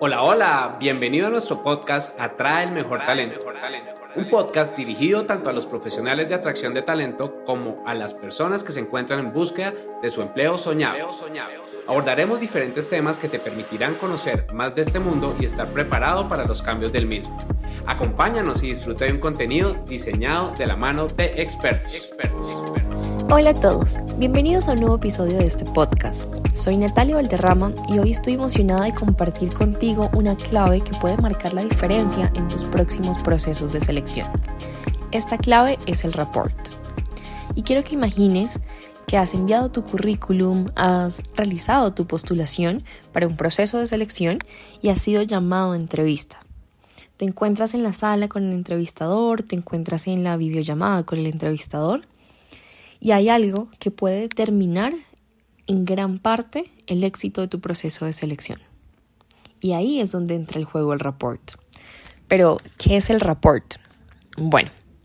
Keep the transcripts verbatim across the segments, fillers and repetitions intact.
Hola, hola, bienvenido a nuestro podcast Atrae el Mejor Talento. Un podcast dirigido tanto a los profesionales de atracción de talento como a las personas que se encuentran en búsqueda de su empleo soñado. Abordaremos diferentes temas que te permitirán conocer más de este mundo y estar preparado para los cambios del mismo. Acompáñanos y disfruta de un contenido diseñado de la mano de expertos. Hola a todos, bienvenidos a un nuevo episodio de este podcast. Soy Natalia Valderrama y hoy estoy emocionada de compartir contigo una clave que puede marcar la diferencia en tus próximos procesos de selección. Esta clave es el rapport. Y quiero que imagines que has enviado tu currículum, has realizado tu postulación para un proceso de selección y has sido llamado a entrevista. Te encuentras en la sala con el entrevistador, te encuentras en la videollamada con el entrevistador. Y hay algo que puede determinar en gran parte el éxito de tu proceso de selección. Y ahí es donde entra el juego el rapport. Pero, ¿qué es el rapport? Bueno,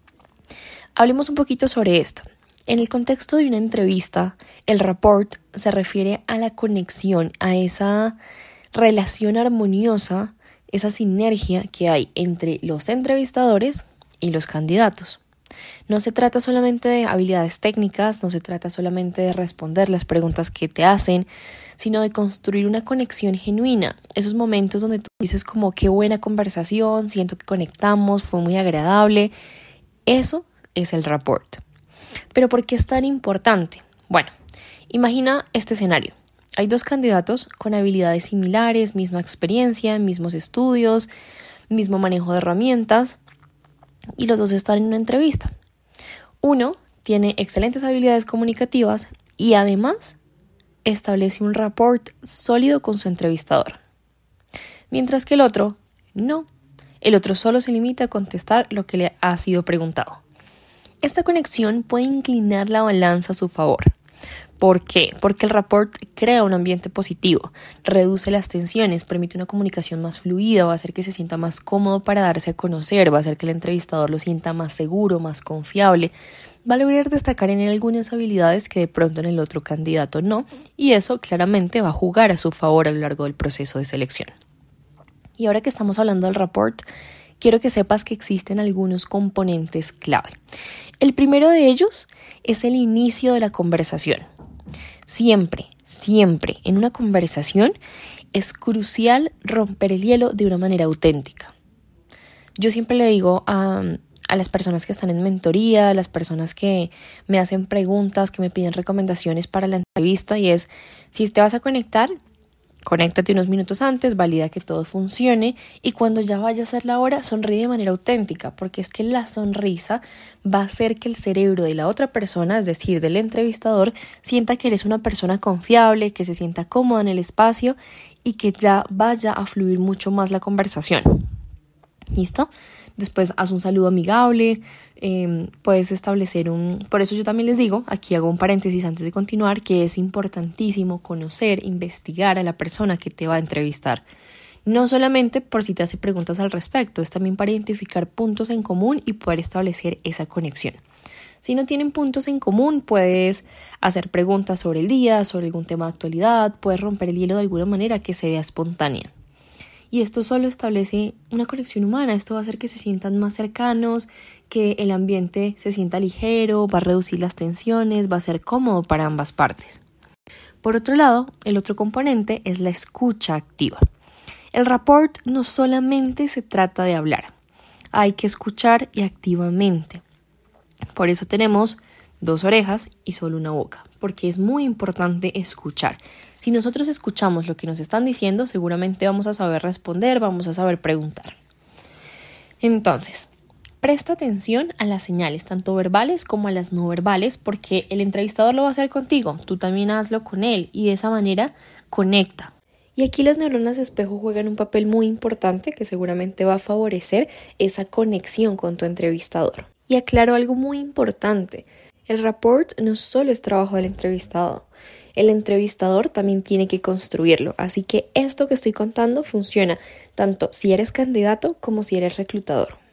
hablemos un poquito sobre esto. En el contexto de una entrevista, el rapport se refiere a la conexión, a esa relación armoniosa, esa sinergia que hay entre los entrevistadores y los candidatos. No se trata solamente de habilidades técnicas, no se trata solamente de responder las preguntas que te hacen, sino de construir una conexión genuina. Esos momentos donde tú dices como qué buena conversación, siento que conectamos, fue muy agradable. Eso es el rapport. ¿Pero por qué es tan importante? Bueno, imagina este escenario. Hay dos candidatos con habilidades similares, misma experiencia, mismos estudios, mismo manejo de herramientas. Y los dos están en una entrevista. Uno tiene excelentes habilidades comunicativas y además establece un rapport sólido con su entrevistador. Mientras que el otro no. El otro solo se limita a contestar lo que le ha sido preguntado. Esta conexión puede inclinar la balanza a su favor. ¿Por qué? Porque el rapport crea un ambiente positivo, reduce las tensiones, permite una comunicación más fluida, va a hacer que se sienta más cómodo para darse a conocer, va a hacer que el entrevistador lo sienta más seguro, más confiable, va a lograr destacar en él algunas habilidades que de pronto en el otro candidato no, y eso claramente va a jugar a su favor a lo largo del proceso de selección. Y ahora que estamos hablando del rapport, quiero que sepas que existen algunos componentes clave. El primero de ellos es el inicio de la conversación. Siempre, siempre en una conversación es crucial romper el hielo de una manera auténtica. Yo siempre le digo a, a las personas que están en mentoría, a las personas que me hacen preguntas, que me piden recomendaciones para la entrevista y es, si te vas a conectar, conéctate unos minutos antes, valida que todo funcione y cuando ya vaya a ser la hora, sonríe de manera auténtica, porque es que la sonrisa va a hacer que el cerebro de la otra persona, es decir, del entrevistador, sienta que eres una persona confiable, que se sienta cómoda en el espacio y que ya vaya a fluir mucho más la conversación. ¿Listo? Después haz un saludo amigable, eh, puedes establecer un... Por eso yo también les digo, aquí hago un paréntesis antes de continuar, que es importantísimo conocer, investigar a la persona que te va a entrevistar. No solamente por si te hace preguntas al respecto, es también para identificar puntos en común y poder establecer esa conexión. Si no tienen puntos en común, puedes hacer preguntas sobre el día, sobre algún tema de actualidad, puedes romper el hielo de alguna manera que se vea espontánea. Y esto solo establece una conexión humana, esto va a hacer que se sientan más cercanos, que el ambiente se sienta ligero, va a reducir las tensiones, va a ser cómodo para ambas partes. Por otro lado, el otro componente es la escucha activa. El rapport no solamente se trata de hablar, hay que escuchar y activamente. Por eso tenemos dos orejas y solo una boca, porque es muy importante escuchar. Si nosotros escuchamos lo que nos están diciendo, seguramente vamos a saber responder, vamos a saber preguntar. Entonces, presta atención a las señales, tanto verbales como a las no verbales, porque el entrevistador lo va a hacer contigo, tú también hazlo con él y de esa manera conecta. Y aquí las neuronas de espejo juegan un papel muy importante que seguramente va a favorecer esa conexión con tu entrevistador. Y aclaro algo muy importante. El rapport no solo es trabajo del entrevistado, el entrevistador también tiene que construirlo, así que esto que estoy contando funciona tanto si eres candidato como si eres reclutador.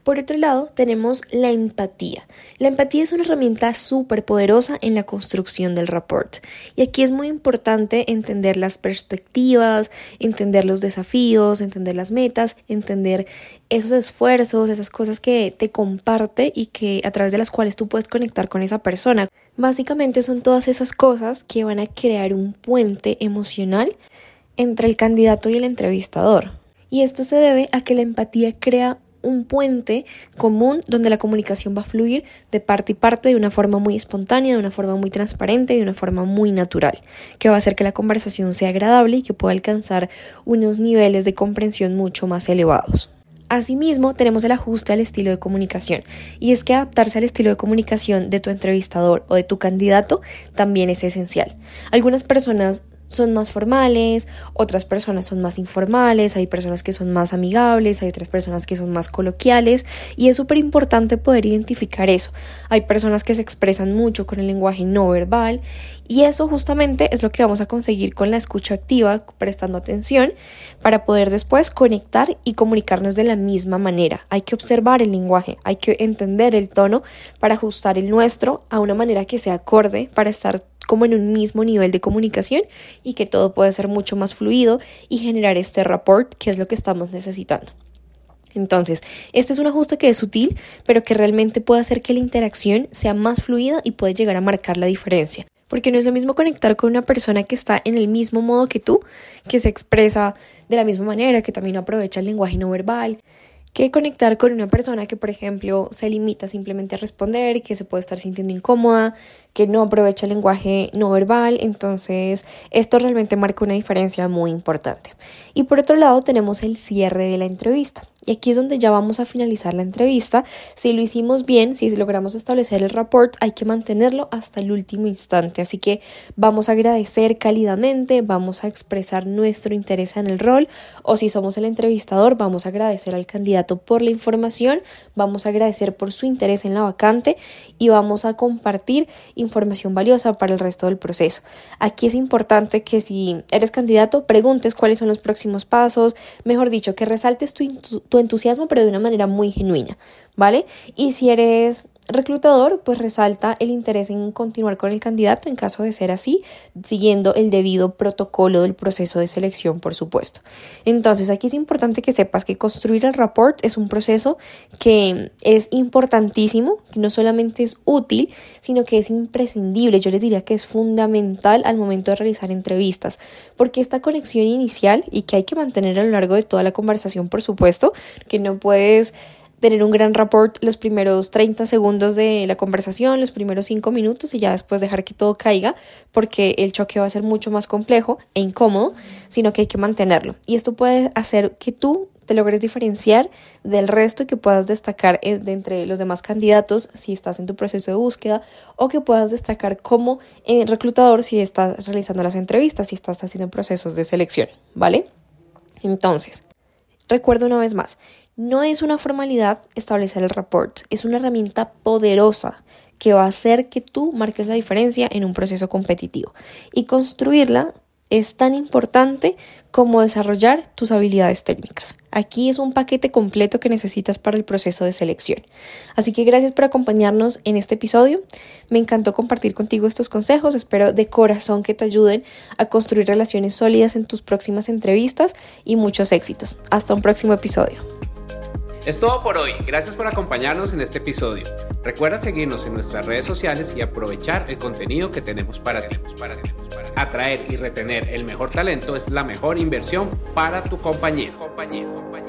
Por otro lado, tenemos la empatía. La empatía es una herramienta súper poderosa en la construcción del rapport. Y aquí es muy importante entender las perspectivas, entender los desafíos, entender las metas, entender esos esfuerzos, esas cosas que te comparte y que a través de las cuales tú puedes conectar con esa persona. Básicamente son todas esas cosas que van a crear un puente emocional entre el candidato y el entrevistador. Y esto se debe a que la empatía crea un puente común donde la comunicación va a fluir de parte y parte de una forma muy espontánea, de una forma muy transparente, de una forma muy natural, que va a hacer que la conversación sea agradable y que pueda alcanzar unos niveles de comprensión mucho más elevados. Asimismo, tenemos el ajuste al estilo de comunicación, y es que adaptarse al estilo de comunicación de tu entrevistador o de tu candidato también es esencial. Algunas personas son más formales, otras personas son más informales, hay personas que son más amigables, hay otras personas que son más coloquiales, y es súper importante poder identificar eso. Hay personas que se expresan mucho con el lenguaje no verbal, y eso justamente es lo que vamos a conseguir con la escucha activa, prestando atención, para poder después conectar y comunicarnos de la misma manera. Hay que observar el lenguaje, hay que entender el tono para ajustar el nuestro a una manera que sea acorde para estar como en un mismo nivel de comunicación y que todo pueda ser mucho más fluido y generar este rapport que es lo que estamos necesitando. Entonces, este es un ajuste que es sutil, pero que realmente puede hacer que la interacción sea más fluida y puede llegar a marcar la diferencia. Porque no es lo mismo conectar con una persona que está en el mismo modo que tú, que se expresa de la misma manera, que también aprovecha el lenguaje no verbal, que conectar con una persona que, por ejemplo, se limita simplemente a responder, que se puede estar sintiendo incómoda, que no aprovecha el lenguaje no verbal. Entonces, esto realmente marca una diferencia muy importante. Y por otro lado, tenemos el cierre de la entrevista. Y aquí es donde ya vamos a finalizar la entrevista. Si lo hicimos bien, si logramos establecer el rapport, hay que mantenerlo hasta el último instante. Así que vamos a agradecer cálidamente, vamos a expresar nuestro interés en el rol, o si somos el entrevistador, vamos a agradecer al candidato por la información, vamos a agradecer por su interés en la vacante y vamos a compartir información valiosa para el resto del proceso. Aquí es importante que si eres candidato, preguntes cuáles son los próximos pasos, mejor dicho, que resaltes tu, tu entusiasmo, pero de una manera muy genuina, ¿vale? Y si eres reclutador, pues resalta el interés en continuar con el candidato en caso de ser así, siguiendo el debido protocolo del proceso de selección, por supuesto. Entonces, aquí es importante que sepas que construir el rapport es un proceso que es importantísimo, que no solamente es útil, sino que es imprescindible. Yo les diría que es fundamental al momento de realizar entrevistas, porque esta conexión inicial, y que hay que mantener a lo largo de toda la conversación, por supuesto, que no puedes tener un gran rapport los primeros treinta segundos de la conversación, los primeros cinco minutos y ya después dejar que todo caiga, porque el choque va a ser mucho más complejo e incómodo, sino que hay que mantenerlo. Y esto puede hacer que tú te logres diferenciar del resto y que puedas destacar de entre los demás candidatos si estás en tu proceso de búsqueda, o que puedas destacar como eh, reclutador si estás realizando las entrevistas, si estás haciendo procesos de selección, ¿vale? Entonces, recuerda una vez más, no es una formalidad establecer el rapport, es una herramienta poderosa que va a hacer que tú marques la diferencia en un proceso competitivo. Y construirla es tan importante como desarrollar tus habilidades técnicas. Aquí es un paquete completo que necesitas para el proceso de selección. Así que gracias por acompañarnos en este episodio. Me encantó compartir contigo estos consejos. Espero de corazón que te ayuden a construir relaciones sólidas en tus próximas entrevistas y muchos éxitos. Hasta un próximo episodio. Es todo por hoy. Gracias por acompañarnos en este episodio. Recuerda seguirnos en nuestras redes sociales y aprovechar el contenido que tenemos para ti. Atraer y retener el mejor talento es la mejor inversión para tu compañía. compañía, compañía.